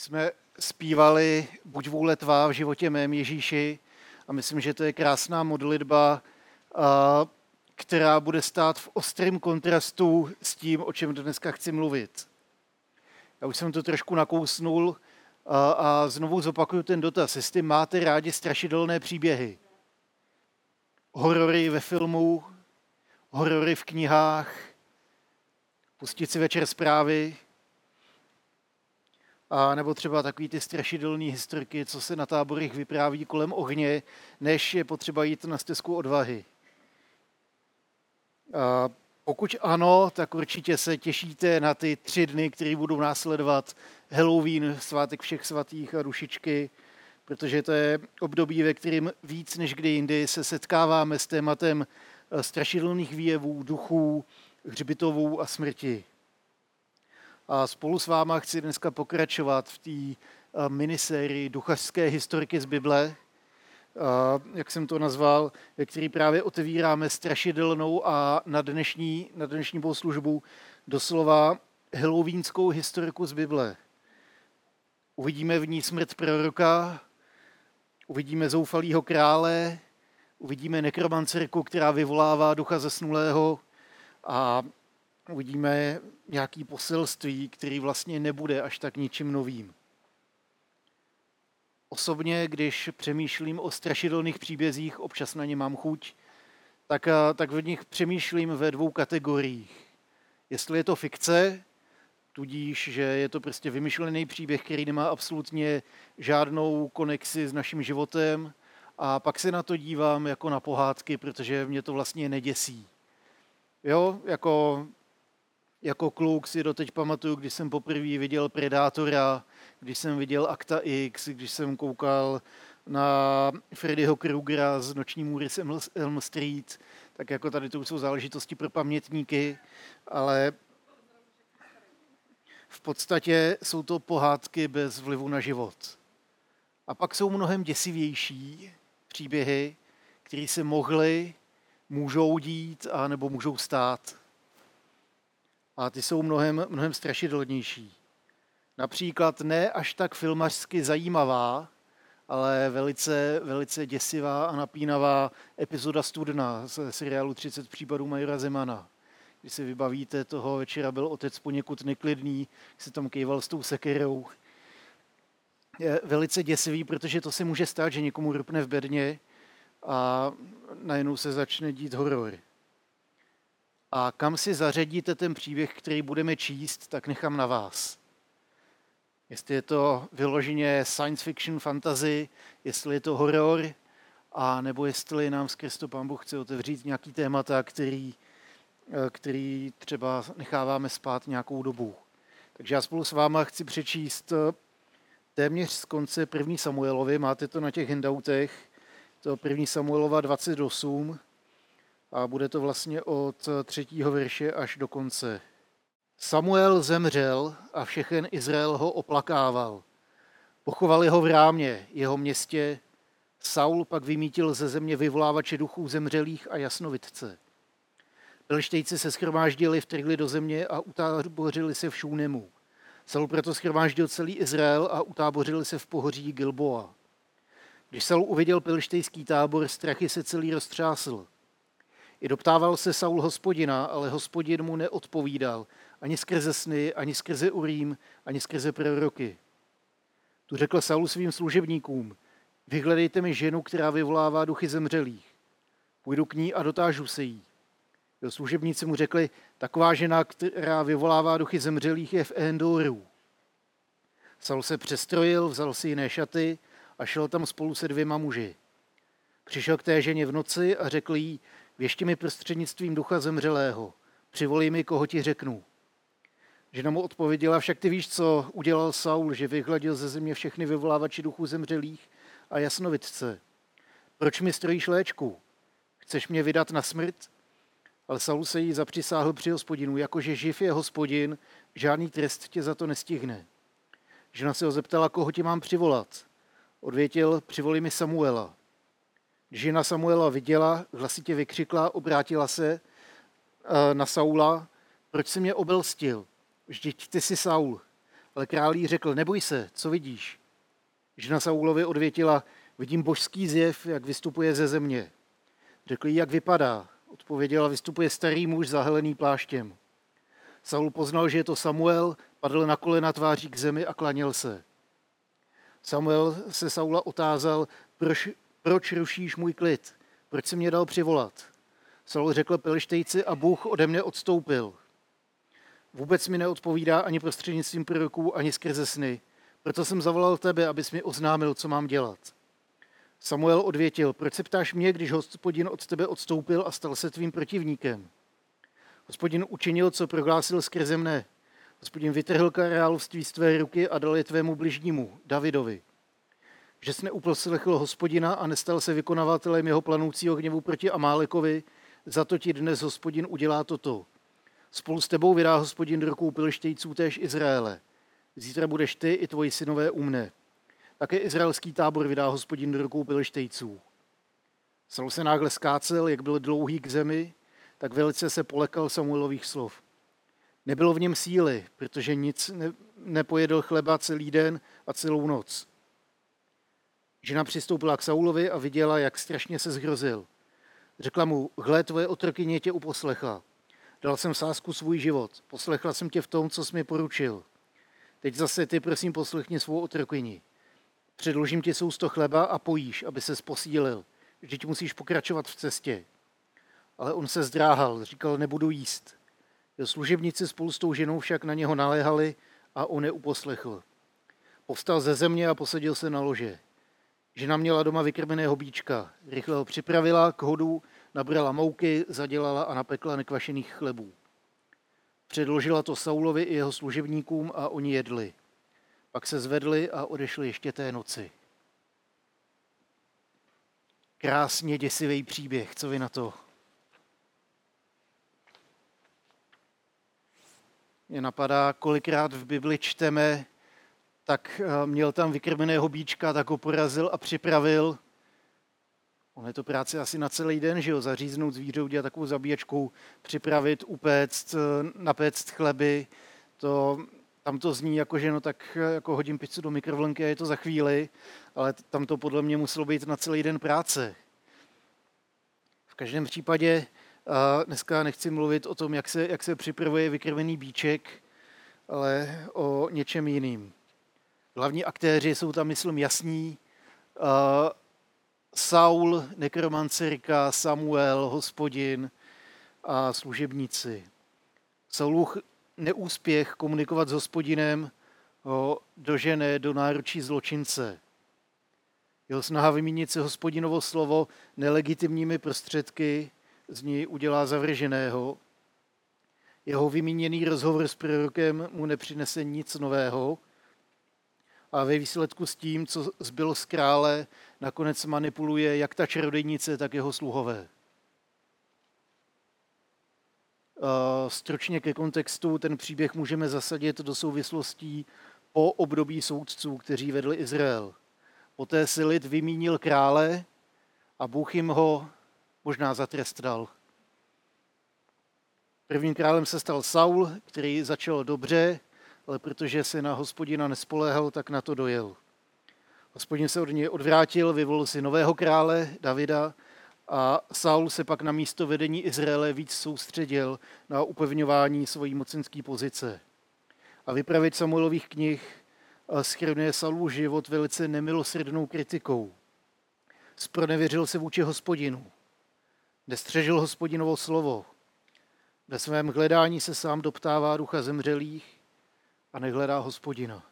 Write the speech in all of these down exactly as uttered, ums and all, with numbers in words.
Jsme zpívali Buď vůle tvá v životě mém, Ježíši, a myslím, že to je krásná modlitba, a, která bude stát v ostrém kontrastu s tím, o čem dneska chci mluvit. Já už jsem to trošku nakousnul a, a znovu zopakuju ten dotaz, jestli máte rádi strašidelné příběhy. Horory ve filmu, horory v knihách, pustit si večer zprávy, a nebo třeba takový ty strašidelné historky, co se na táborech vypráví kolem ohně, než je potřeba jít na stezku odvahy. A pokud ano, tak určitě se těšíte na ty tři dny, které budou následovat Halloween, svátek všech svatých a rušičky, protože to je období, ve kterém víc než kdy jindy se setkáváme s tématem strašidelných výjevů, duchů, hřbitovů a smrti. A spolu s váma chci dneska pokračovat v té minisérii duchařské historky z Bible, jak jsem to nazval, ve který právě otevíráme strašidelnou a na dnešní, na dnešní bohoslužbu doslova halloweenskou historiku z Bible. Uvidíme v ní smrt proroka, uvidíme zoufalýho krále, uvidíme nekromancerku, která vyvolává ducha zesnulého, a uvidíme nějaké poselství, který vlastně nebude až tak ničím novým. Osobně, když přemýšlím o strašidelných příbězích, občas na ně mám chuť, tak, tak v nich přemýšlím ve dvou kategoriích. Jestli je to fikce, tudíž, že je to prostě vymyšlený příběh, který nemá absolutně žádnou konexi s naším životem, a pak se na to dívám jako na pohádky, protože mě to vlastně neděsí. Jo, jako... Jako kluk si doteď pamatuju, když jsem poprvé viděl Predátora, když jsem viděl Akta X, když jsem koukal na Freddyho Krugera z Noční můry z Elm Street, tak jako tady to jsou záležitosti pro pamětníky, ale v podstatě jsou to pohádky bez vlivu na život. A pak jsou mnohem děsivější příběhy, které se mohly, můžou dít a nebo můžou stát. A ty jsou mnohem, mnohem strašidelnější. Například ne až tak filmařsky zajímavá, ale velice, velice děsivá a napínavá epizoda Studna z seriálu třicet případů majora Zemana. Když si vybavíte, toho večera byl otec poněkud neklidný, se tam kejval s tou sekerou. Je velice děsivý, protože to se může stát, že někomu rupne v bedně a najednou se začne dít horor. A kam si zařadíte ten příběh, který budeme číst, tak nechám na vás. Jestli je to vyloženě science fiction, fantasy, jestli je to horor, a nebo jestli nám skrz to Pán Bůh chce otevřít nějaký témata, který, který třeba necháváme spát nějakou dobu. Takže já spolu s váma chci přečíst téměř z konce první Samuelovi, máte to na těch handoutech, to první Samuelova dvacet osm, a bude to vlastně od třetího verše až do konce. Samuel zemřel a všechen Izrael ho oplakával. Pochovali ho v Rámě, jeho městě. Saul pak vymítil ze země vyvolávače duchů zemřelých a jasnovidce. Pelištejci se shromáždili, vtrhli do země a utábořili se v Šúnemu. Saul proto shromáždil celý Izrael a utábořili se v pohoří Gilboa. Když Saul uviděl pelištejský tábor, strachy se celý roztřásl. I doptával se Saul Hospodina, ale Hospodin mu neodpovídal, ani skrze sny, ani skrze Urím, ani skrze proroky. Tu řekl Saul svým služebníkům: vyhledejte mi ženu, která vyvolává duchy zemřelých. Půjdu k ní a dotážu se jí. Jeho služebníci mu řekli: taková žena, která vyvolává duchy zemřelých, je v Endoru. Saul se přestrojil, vzal si jiné šaty a šel tam spolu se dvěma muži. Přišel k té ženě v noci a řekl jí: věšti mi prostřednictvím ducha zemřelého, přivolej mi, koho ti řeknu. Žena mu odpověděla: však ty víš, co udělal Saul, že vyhladil ze země všechny vyvolávači duchů zemřelých a jasnovidce. Proč mi strojíš léčku? Chceš mě vydat na smrt? Ale Saul se jí zapřisáhl při Hospodinu, jakože živ je Hospodin, žádný trest tě za to nestihne. Žena se ho zeptala: koho ti mám přivolat? Odvětil: přivolej mi Samuela. Když žena Samuela viděla, hlasitě vykřikla, obrátila se na Saula: proč jsi mě obelstil? Vždyť ty jsi Saul. Ale král jí řekl, neboj se, co vidíš? Žena Saulovi odvětila, vidím božský zjev, jak vystupuje ze země. Řekl jí, jak vypadá. Odpověděla, vystupuje starý muž zahalený pláštěm. Saul poznal, že je to Samuel, padl na kolena tváří k zemi a klaněl se. Samuel se Saula otázal, proč, proč rušíš můj klid? Proč jsi mě dal přivolat? Saul řekl Pelištejci a Bůh ode mne odstoupil. Vůbec mi neodpovídá ani prostřednictvím proroků, ani skrze sny. Proto jsem zavolal tebe, abys mi oznámil, co mám dělat. Samuel odvětil, proč se ptáš mě, když Hospodin od tebe odstoupil a stal se tvým protivníkem? Hospodin učinil, co prohlásil skrze mne. Hospodin vytrhl království z tvé ruky a dal je tvému bližnímu, Davidovi. Že jsi neuposlechl Hospodina a nestal se vykonavatelem jeho planoucího hněvu proti Amálekovi, za to ti dnes Hospodin udělá toto. Spolu s tebou vydá Hospodin do rukou Pelištejců též Izraele. Zítra budeš ty i tvoji synové u mne. Také izraelský tábor vydá Hospodin do rukou Pelištejců. Saul se náhle skácel, jak byl dlouhý k zemi, tak velice se polekal Samuelových slov. Nebylo v něm síly, protože nic ne, nepojedl chleba celý den a celou noc. Žena přistoupila k Saulovi a viděla, jak strašně se zhrozil. Řekla mu, hle, tvoje otrokyně tě uposlechla. Dal jsem v sázku svůj život, poslechla jsem tě v tom, co jsi mi poručil. Teď zase ty, prosím, poslechni svou otrokyni. Předložím ti sousto chleba a pojíš, aby ses posílil. Vždyť musíš pokračovat v cestě. Ale on se zdráhal, říkal, nebudu jíst. Jeho služebníci spolu s tou ženou však na něho naléhali a on je uposlechl. Povstal ze země a posadil se na lože. Žena měla doma vykrmeného bíčka. Rychle ho připravila k hodu, nabrala mouky, zadělala a napekla nekvašených chlebů. Předložila to Saulovi i jeho služebníkům a oni jedli. Pak se zvedli a odešli ještě té noci. Krásně děsivý příběh, co vy na to? Mě napadá, kolikrát v Bibli čteme, tak měl tam vykrmeného bíčka, tak ho porazil a připravil. On je to práce asi na celý den, že jo, zaříznout zvíře, udělat takovou zabíjačku, připravit, upéct, napéct chleby. To, tam to zní jako, že no tak jako hodím pizzu do mikrovlnky a je to za chvíli, ale tam to podle mě muselo být na celý den práce. V každém případě a dneska nechci mluvit o tom, jak se, jak se připravuje vykrmený bíček, ale o něčem jiným. Hlavní aktéři jsou tam, myslím, jasní. Uh, Saul, nekromancerka, Samuel, Hospodin a služebníci. Saulův neúspěch komunikovat s Hospodinem ho dožene do náručí zločince. Jeho snaha vymínit si Hospodinovo slovo nelegitimními prostředky z ní udělá zavrženého. Jeho vymíněný rozhovor s prorokem mu nepřinese nic nového a ve výsledku s tím, co zbylo z krále, nakonec manipuluje jak ta čarodějnice, tak jeho sluhové. Stručně ke kontextu, ten příběh můžeme zasadit do souvislostí po období soudců, kteří vedli Izrael. Poté si lid vymínil krále a Bůh jim ho možná zatrestal. Prvním králem se stal Saul, který začal dobře, ale protože se na Hospodina nespoléhal, tak na to dojel. Hospodin se od něj odvrátil, vyvolil si nového krále, Davida, a Saul se pak na místo vedení Izraele víc soustředil na upevňování svojí mocenské pozice. A vypravěč Samuelových knih shrnuje Saulův život velice nemilosrdnou kritikou. Zpronevěřil se vůči Hospodinu. Nestřežil Hospodinovo slovo. Ve svém hledání se sám doptává ducha zemřelých a nehledá Hospodina.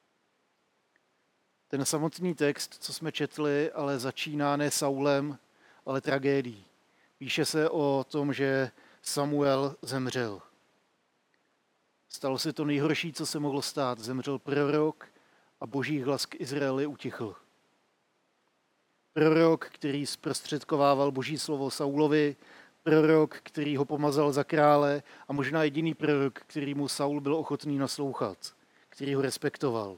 Ten samotný text, co jsme četli, ale začíná ne Saulem, ale tragédií. Píše se o tom, že Samuel zemřel. Stalo se to nejhorší, co se mohlo stát. Zemřel prorok a boží hlas k Izraeli utichl. Prorok, který zprostředkovával boží slovo Saulovi, prorok, který ho pomazal za krále a možná jediný prorok, který mu Saul byl ochotný naslouchat, který ho respektoval.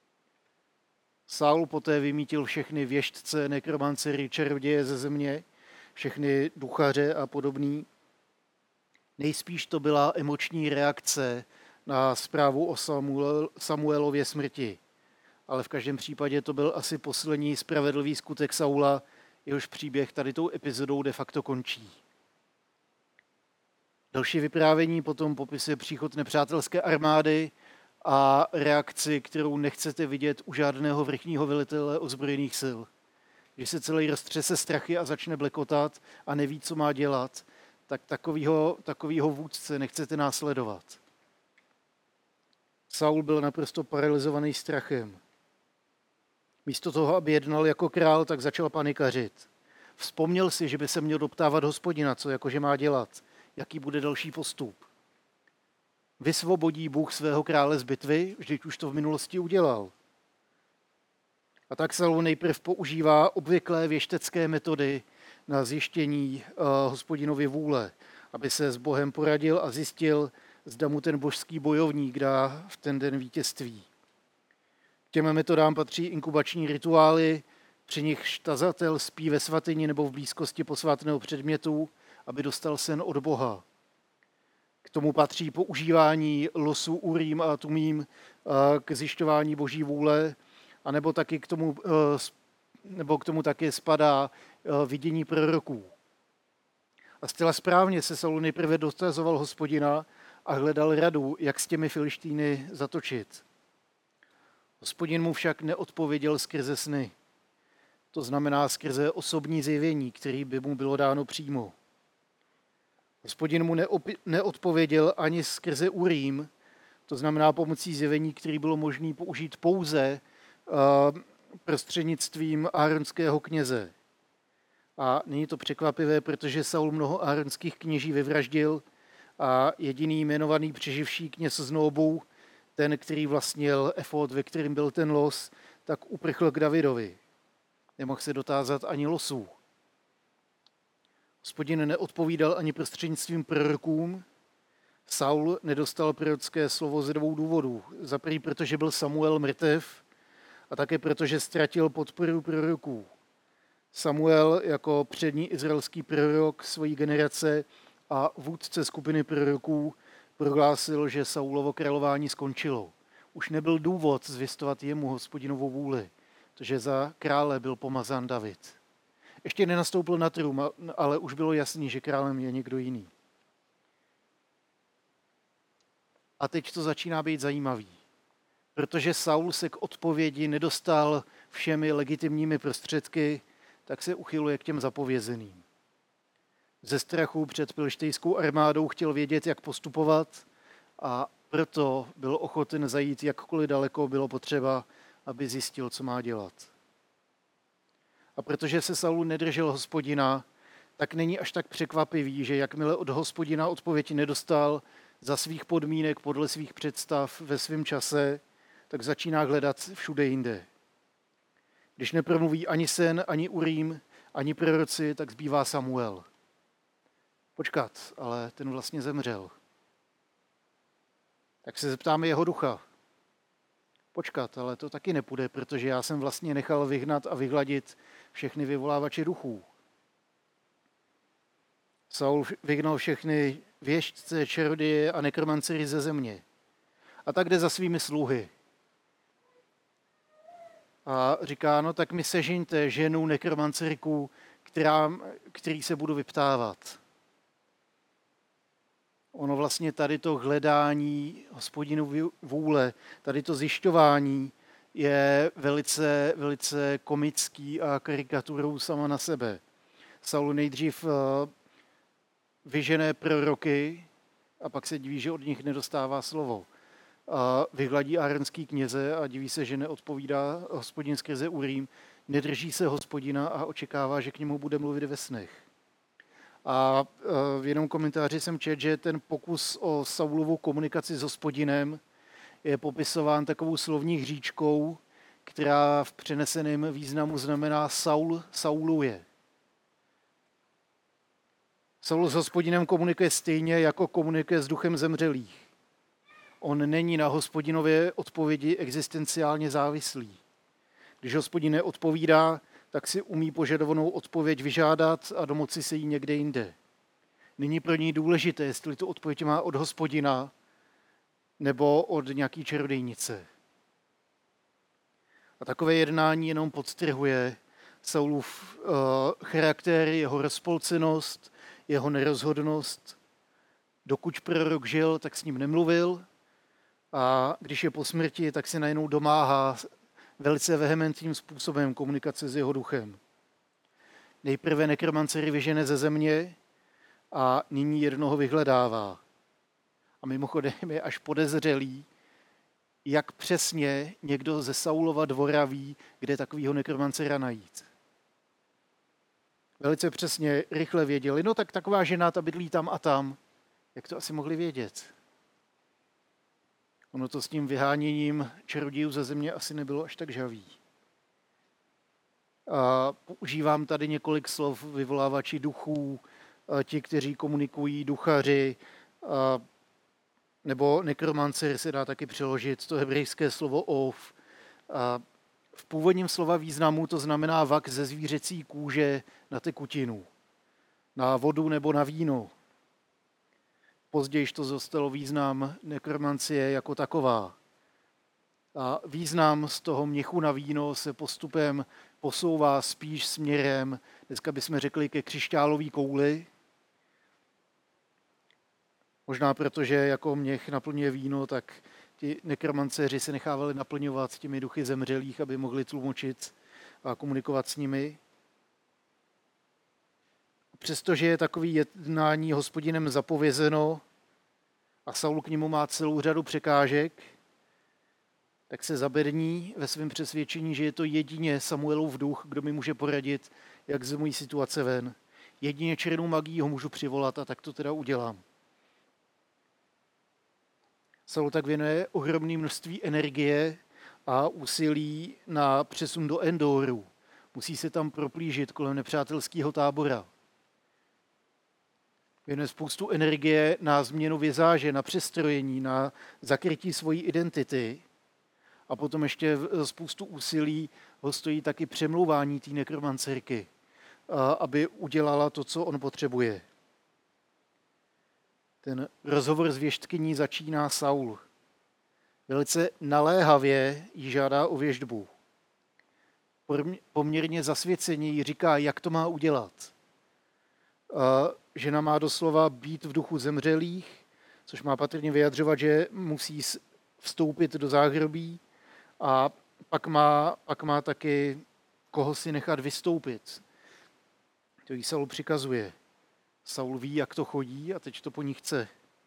Saul poté vymítil všechny věštce, nekromancery, čaroděje ze země, všechny duchaře a podobný. Nejspíš to byla emoční reakce na zprávu o Samuel, Samuelově smrti. Ale v každém případě to byl asi poslední spravedlivý skutek Saula, jehož příběh tady tou epizodou de facto končí. Další vyprávění potom popisuje příchod nepřátelské armády a reakci, kterou nechcete vidět u žádného vrchního velitele ozbrojených sil. Když se celý roztřese strachy a začne blekotat a neví, co má dělat, tak takovýho, takovýho vůdce nechcete následovat. Saul byl naprosto paralyzovaný strachem. Místo toho, aby jednal jako král, tak začal panikařit. Vzpomněl si, že by se měl doptávat Hospodina, co jakože má dělat, jaký bude další postup. Vysvobodí Bůh svého krále z bitvy, vždyť už to v minulosti udělal. A tak Saul nejprve používá obvyklé věštecké metody na zjištění uh, Hospodinovy vůle, aby se s Bohem poradil a zjistil, zda mu ten božský bojovník dá v ten den vítězství. K těm metodám patří inkubační rituály, při nichž tazatel spí ve svatyni nebo v blízkosti posvátného předmětu, aby dostal sen od Boha. K tomu patří používání losu Urim a Tumím k zjišťování boží vůle, anebo taky k tomu, nebo k tomu taky spadá vidění proroků. A zcela správně se Saul nejprve dotazoval Hospodina a hledal radu, jak s těmi Filištýny zatočit. Hospodin mu však neodpověděl skrze sny. To znamená skrze osobní zjevení, který by mu bylo dáno přímo. Hospodin mu neopi- neodpověděl ani skrze Urim, to znamená pomocí zjevení, který bylo možné použít pouze uh, prostřednictvím áronského kněze. A není to překvapivé, protože Saul mnoho áronských kněží vyvraždil a jediný jmenovaný přeživší kněz z Nóbu, ten, který vlastnil efod, ve kterým byl ten los, tak uprchl k Davidovi. Nemohl se dotázat ani losů. Hospodin neodpovídal ani prostřednictvím prorokům. Saul nedostal prorocké slovo ze dvou důvodů. Za prvý, protože byl Samuel mrtev a také protože ztratil podporu proroků. Samuel jako přední izraelský prorok svojí generace a vůdce skupiny proroků prohlásil, že Saulovo králování skončilo. Už nebyl důvod zvěstovat jemu Hospodinovou vůli, protože za krále byl pomazán David. Ještě nenastoupil na trůn, ale už bylo jasný, že králem je někdo jiný. A teď to začíná být zajímavý, protože Saul se k odpovědi nedostal všemi legitimními prostředky, tak se uchyluje k těm zapovězeným. Ze strachu před filištejskou armádou chtěl vědět, jak postupovat a proto byl ochoten zajít jakkoliv daleko bylo potřeba, aby zjistil, co má dělat. A protože se Saul nedržel Hospodina, tak není až tak překvapivý, že jakmile od Hospodina odpověď nedostal za svých podmínek podle svých představ ve svém čase, tak začíná hledat všude jinde. Když nepromluví ani sen, ani Urim, ani proroci, tak zbývá Samuel. Počkat, ale ten vlastně zemřel. Tak se zeptáme jeho ducha. Počkat, ale to taky nepůjde, protože já jsem vlastně nechal vyhnat a vyhladit všechny vyvolávače duchů. Saul vyhnal všechny věštce, čaroděje a nekromancery ze země. A tak jde za svými sluhy. A říká, no tak mi sežeňte ženu nekromancerku, která, který se budu vyptávat. Ono vlastně tady to hledání Hospodinovy vůle, tady to zjišťování je velice, velice komický a karikaturou sama na sebe. Saul nejdřív vyžené proroky a pak se diví, že od nich nedostává slovo. A vyhladí áronský kněze a diví se, že neodpovídá Hospodin skrze Urim, nedrží se Hospodina a očekává, že k němu bude mluvit ve snech. A v jednom komentáři jsem četl, že ten pokus o Saulovu komunikaci s Hospodinem je popisován takovou slovní hříčkou, která v přeneseném významu znamená Saul sauluje. Saul s Hospodinem komunikuje stejně, jako komunikuje s duchem zemřelých. On není na Hospodinově odpovědi existenciálně závislý. Když Hospodin neodpovídá, tak si umí požadovanou odpověď vyžádat a domoci se jí někde jinde. Není pro něj důležité, jestli tu odpověď má od Hospodina, nebo od nějaký čarodějnice. A takové jednání jenom podtrhuje Saulův uh, charakter, jeho rozpolcenost, jeho nerozhodnost. Dokud prorok žil, tak s ním nemluvil a když je po smrti, tak se najednou domáhá velice vehementním způsobem komunikace s jeho duchem. Nejprve nekromancery vyžene ze země a nyní jednoho vyhledává. A mimochodem je až podezřelý, jak přesně někdo ze Saulova dvora ví, kde takovýho nekromancera najít. Velice přesně, rychle věděli, no tak taková žena, ta bydlí tam a tam. Jak to asi mohli vědět? Ono to s tím vyháněním čarodějů ze země asi nebylo až tak žavý. A používám tady několik slov: vyvolávači duchů, ti, kteří komunikují, duchaři, a nebo nekromancer se dá taky přeložit, to hebrejské slovo ov. A v původním slova významu to znamená vak ze zvířecí kůže na tekutinu, na vodu nebo na víno. Později to zostalo význam nekromancie jako taková. A význam z toho měchu na víno se postupem posouvá spíš směrem, dneska bychom řekli, ke křišťálové kouli. Možná proto, že jako měch naplňuje víno, tak ti nekromanceři se nechávali naplňovat těmi duchy zemřelých, aby mohli tlumočit a komunikovat s nimi. Přestože je takový jednání Hospodinem zapovězeno a Saul k němu má celou řadu překážek, tak se zabední ve svém přesvědčení, že je to jedině Samuelův duch, kdo mi může poradit, jak z mojí situace ven. Jedině černou magii ho můžu přivolat a tak to teda udělám. Saul tak věnuje ohromné množství energie a úsilí na přesun do Endoru. Musí se tam proplížit kolem nepřátelského tábora. Věnuje spoustu energie na změnu vizáže, na přestrojení, na zakrytí svojí identity. A potom ještě spoustu úsilí ho stojí taky přemlouvání té nekromancerky, aby udělala to, co on potřebuje. Ten rozhovor s věštkyní začíná Saul. Velice naléhavě jí žádá o věštbu. Poměrně zasvěceně jí říká, jak to má udělat. Žena má doslova být v duchu zemřelých, což má patrně vyjadřovat, že musí vstoupit do záhrobí a pak má, pak má taky koho si nechat vystoupit. To jí Saul přikazuje. Saul ví, jak to chodí a teď to po ní chce.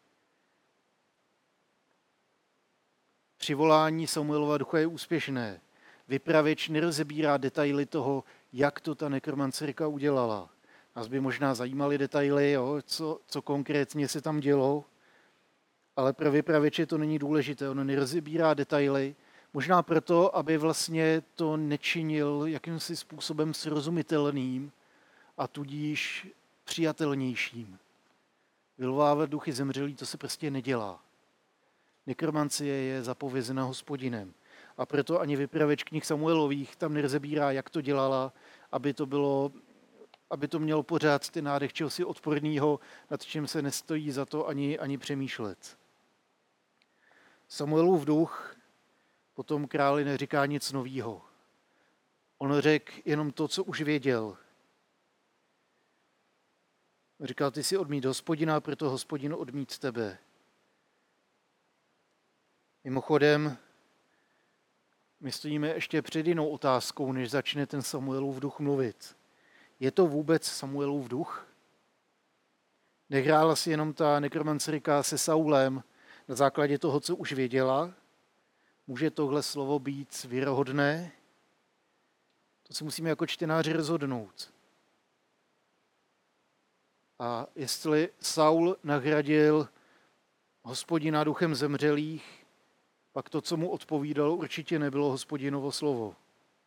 Přivolání Samuelova ducha je úspěšné. Vypravěč nerozebírá detaily toho, jak to ta nekromancerka udělala. Nás by možná zajímaly detaily, jo, co, co konkrétně se tam dělo, ale pro vypravěče to není důležité. On nerozebírá detaily, možná proto, aby vlastně to nečinil jakýmsi způsobem srozumitelným a tudíž přijatelnějším. Vyvolávat duchy zemřelý, to se prostě nedělá. Nekromancie je zapovězena Hospodinem. A proto ani vypravěč knih Samuelových tam nerozebírá, jak to dělala, aby to bylo, aby to mělo pořád ty nádech čehosi odporného, nad čím se nestojí za to ani, ani přemýšlet. Samuelův duch potom králi neříká nic novýho. On řekl jenom to, co už věděl. Říkal, ty si odmít Hospodina, proto Hospodin odmít tebe. Mimochodem, my stojíme ještě před jinou otázkou, než začne ten Samuelův duch mluvit. Je to vůbec Samuelův duch? Nehrála si jenom ta nekromancerka se Saulem na základě toho, co už věděla? Může tohle slovo být věrohodné? To si musíme jako čtenáři rozhodnout. A jestli Saul nahradil Hospodina duchem zemřelých, pak to, co mu odpovídalo, určitě nebylo Hospodinovo slovo.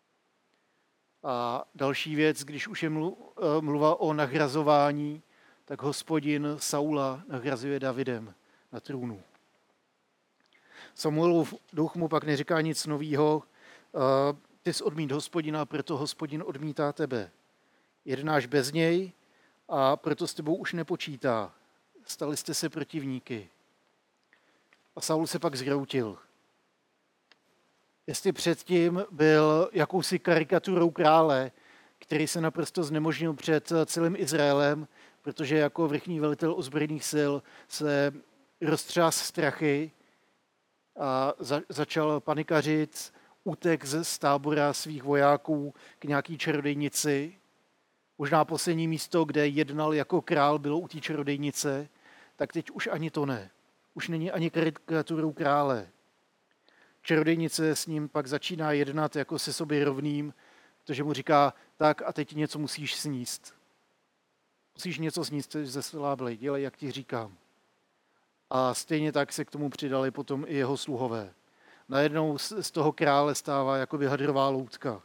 A další věc, když už je mluva o nahrazování, tak Hospodin Saula nahrazuje Davidem na trůnu. Samuelův duch mu pak neříká nic novýho. Ty jsi odmít Hospodina, proto Hospodin odmítá tebe. Jednáš bez něj a proto s tebou už nepočítá. Stali jste se protivníky. A Saul se pak zhroutil. Jestli předtím byl jakousi karikaturou krále, který se naprosto znemožnil před celým Izraelem, protože jako vrchní velitel ozbrojených sil se roztřás strachy a za, začal panikařit, utek z tábora svých vojáků k nějaký čarodejnici. Možná poslední místo, kde jednal jako král, bylo u té čarodejnice, tak teď už ani to ne. Už není ani karikaturou krále. Čarodejnice s ním pak začíná jednat jako se sobě rovným, protože mu říká, tak a teď něco musíš sníst. Musíš něco sníst, jsi zesláblej, dělej, jak ti říkám. A stejně tak se k tomu přidali potom i jeho sluhové. Najednou z toho krále stává jakoby hadrová loutka.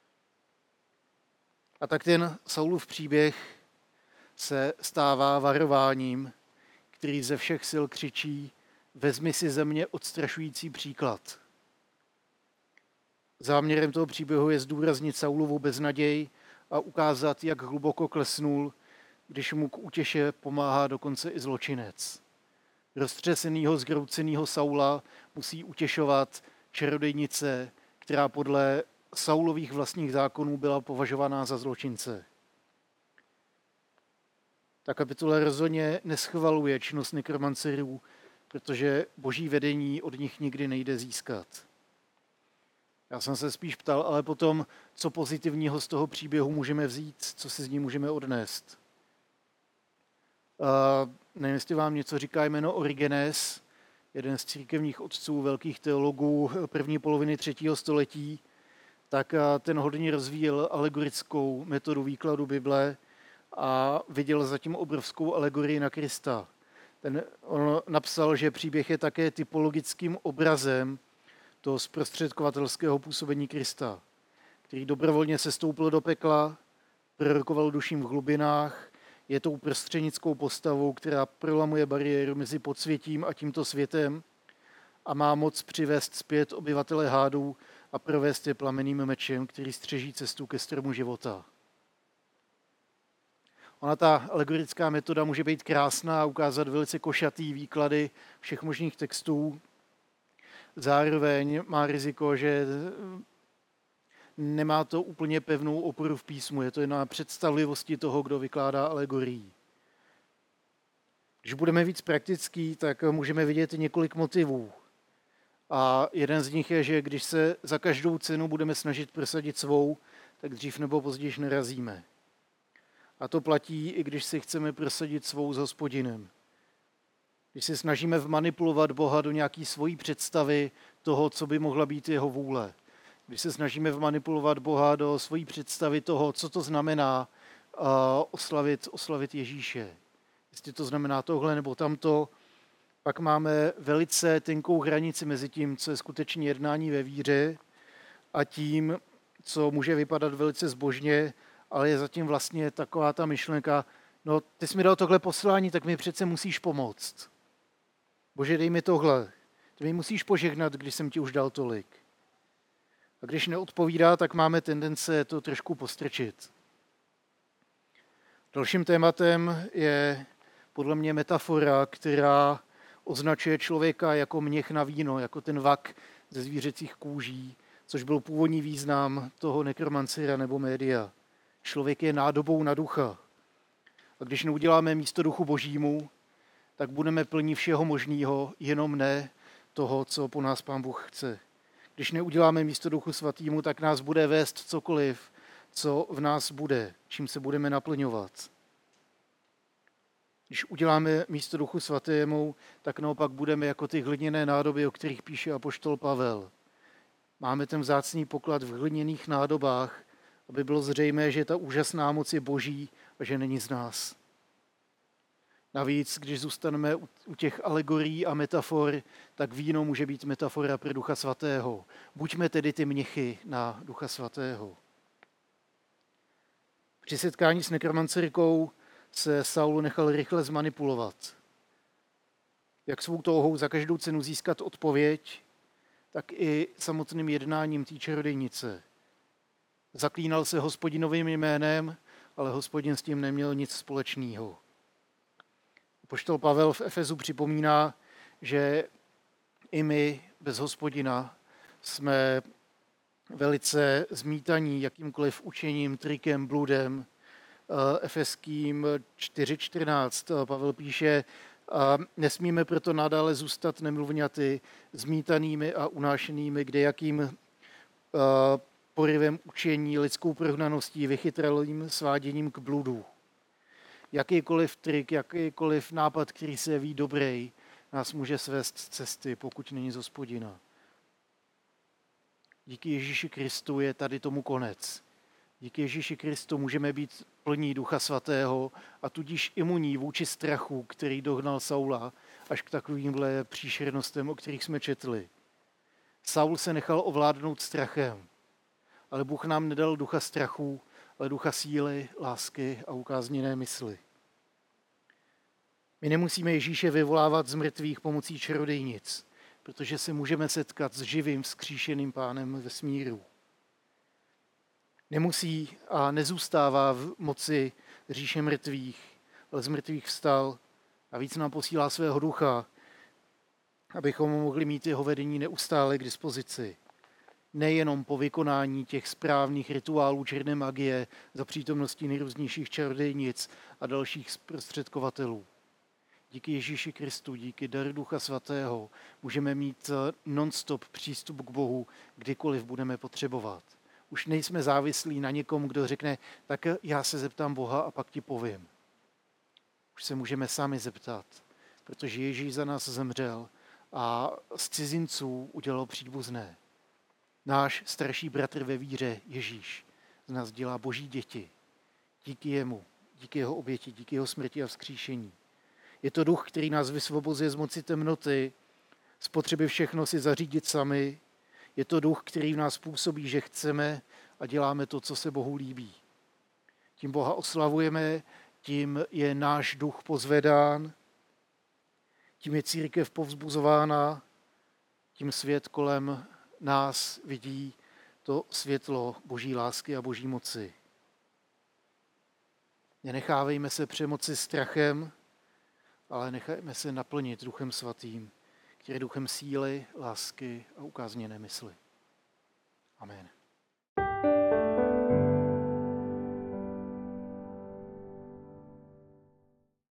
A tak ten Saulův příběh se stává varováním, který ze všech sil křičí, vezmi si ze mě odstrašující příklad. Záměrem toho příběhu je zdůraznit Saulovu beznaděj a ukázat, jak hluboko klesnul, když mu k útěše pomáhá dokonce i zločinec. Roztřesenýho, zhroucenýho Saula musí utěšovat čarodejnice, která podle Saulových vlastních zákonů byla považovaná za zločince. Ta kapitola rozhodně neschvaluje činnost nekromancerů, protože boží vedení od nich nikdy nejde získat. Já jsem se spíš ptal, ale potom, co pozitivního z toho příběhu můžeme vzít, co si z ní můžeme odnést. Uh, nevím, jestli vám něco říká jméno Origenes, jeden z církevních otců, velkých teologů první poloviny třetího století, tak ten hodně rozvíjel alegorickou metodu výkladu Bible a viděl zatím obrovskou alegorii na Krista. Ten, on napsal, že příběh je také typologickým obrazem toho zprostředkovatelského působení Krista, který dobrovolně sestoupil do pekla, prorokoval duším v hlubinách, je tou prostřednickou postavou, která prolamuje bariéru mezi podsvětím a tímto světem a má moc přivést zpět obyvatele hádů a provést je plamenným mečem, který střeží cestu ke stromu života. Ona ta alegorická metoda může být krásná a ukázat velice košatý výklady všech možných textů. Zároveň má riziko, že nemá to úplně pevnou oporu v písmu. Je to jen na představlivosti toho, kdo vykládá alegorii. Když budeme víc praktický, tak můžeme vidět několik motivů. A jeden z nich je, že když se za každou cenu budeme snažit prosadit svou, tak dřív nebo později narazíme. A to platí, i když si chceme prosadit svou s Hospodinem. Když se snažíme vmanipulovat Boha do nějaké svojí představy toho, co by mohla být jeho vůle. Když se snažíme vmanipulovat Boha do svojí představy toho, co to znamená uh, oslavit, oslavit Ježíše. Jestli to znamená tohle nebo tamto, pak máme velice tenkou hranici mezi tím, co je skutečně jednání ve víře a tím, co může vypadat velice zbožně, ale je zatím vlastně taková ta myšlenka, no ty jsi mi dal tohle poslání, tak mi přece musíš pomoct. Bože, dej mi tohle. Ty mi musíš požehnat, když jsem ti už dal tolik. A když neodpovídá, tak máme tendence to trošku postrčit. Dalším tématem je podle mě metafora, která označuje člověka jako měch na víno, jako ten vak ze zvířecích kůží, což byl původní význam toho nekromancera nebo média. Člověk je nádobou na ducha. A když neuděláme místo duchu božímu, tak budeme plní všeho možného, jenom ne toho, co po nás Pán Bůh chce. Když neuděláme místo duchu svatýmu, tak nás bude vést cokoliv, co v nás bude, čím se budeme naplňovat. Když uděláme místo duchu svatému, tak naopak budeme jako ty hliněné nádoby, o kterých píše apoštol Pavel. Máme ten vzácný poklad v hliněných nádobách, aby bylo zřejmé, že ta úžasná moc je boží a že není z nás. Navíc, když zůstaneme u těch alegorií a metafor, tak víno může být metafora pro Ducha svatého. Buďme tedy ty měchy na Ducha svatého. Při setkání s nekromancerkou se Saul nechal rychle zmanipulovat. Jak svou touhou za každou cenu získat odpověď, tak i samotným jednáním té čarodejnice. Zaklínal se Hospodinovým jménem, ale Hospodin s tím neměl nic společného. Apoštol Pavel v Efezu připomíná, že I my bez Hospodina jsme velice zmítaní jakýmkoliv učením, trikem, bludem. Efeským čtyři čtrnáct Pavel píše, a nesmíme proto nadále zůstat nemluvňaty, zmítanými a unášenými kdejakým porivem učení, lidskou prohnaností, vychytralým sváděním k bludu. Jakýkoliv trik, jakýkoliv nápad, který se ví dobrý, nás může svést z cesty, pokud není z Hospodina. Díky Ježíši Kristu je tady tomu konec. Díky Ježíši Kristu můžeme být plní Ducha Svatého a tudíž imunní vůči strachu, který dohnal Saula až k takovýmhle příšernostem, o kterých jsme četli. Saul se nechal ovládnout strachem, ale Bůh nám nedal ducha strachu, ale ducha síly, lásky a ukázněné mysli. My nemusíme Ježíše vyvolávat z mrtvých pomocí čarodejnic, protože se můžeme setkat s živým, vzkříšeným Pánem vesmíru. Nemusí a nezůstává v moci říše mrtvých, ale z mrtvých vstal a víc nám posílá svého ducha, abychom mohli mít jeho vedení neustále k dispozici. Nejenom po vykonání těch správných rituálů černé magie za přítomností nejrůznějších čarodejnic a dalších zprostředkovatelů. Díky Ježíši Kristu, díky daru Ducha Svatého můžeme mít non-stop přístup k Bohu, kdykoliv budeme potřebovat. Už nejsme závislí na někom, kdo řekne, tak já se zeptám Boha a pak ti povím. Už se můžeme sami zeptat, protože Ježíš za nás zemřel a z cizinců udělal příbuzné. Náš starší bratr ve víře, Ježíš, z nás dělá boží děti. Díky jemu, díky jeho oběti, díky jeho smrti a vzkříšení. Je to duch, který nás vysvobozuje z moci temnoty, z potřeby všechno si zařídit sami. Je to duch, který v nás působí, že chceme a děláme to, co se Bohu líbí. Tím Boha oslavujeme, tím je náš duch pozvedán, tím je církev povzbuzována, tím svět kolem nás vidí to světlo boží lásky a boží moci. Nenechávejme se přemoci strachem, ale nechajme se naplnit Duchem Svatým, který je duchem síly, lásky a ukázněné mysli. Amen.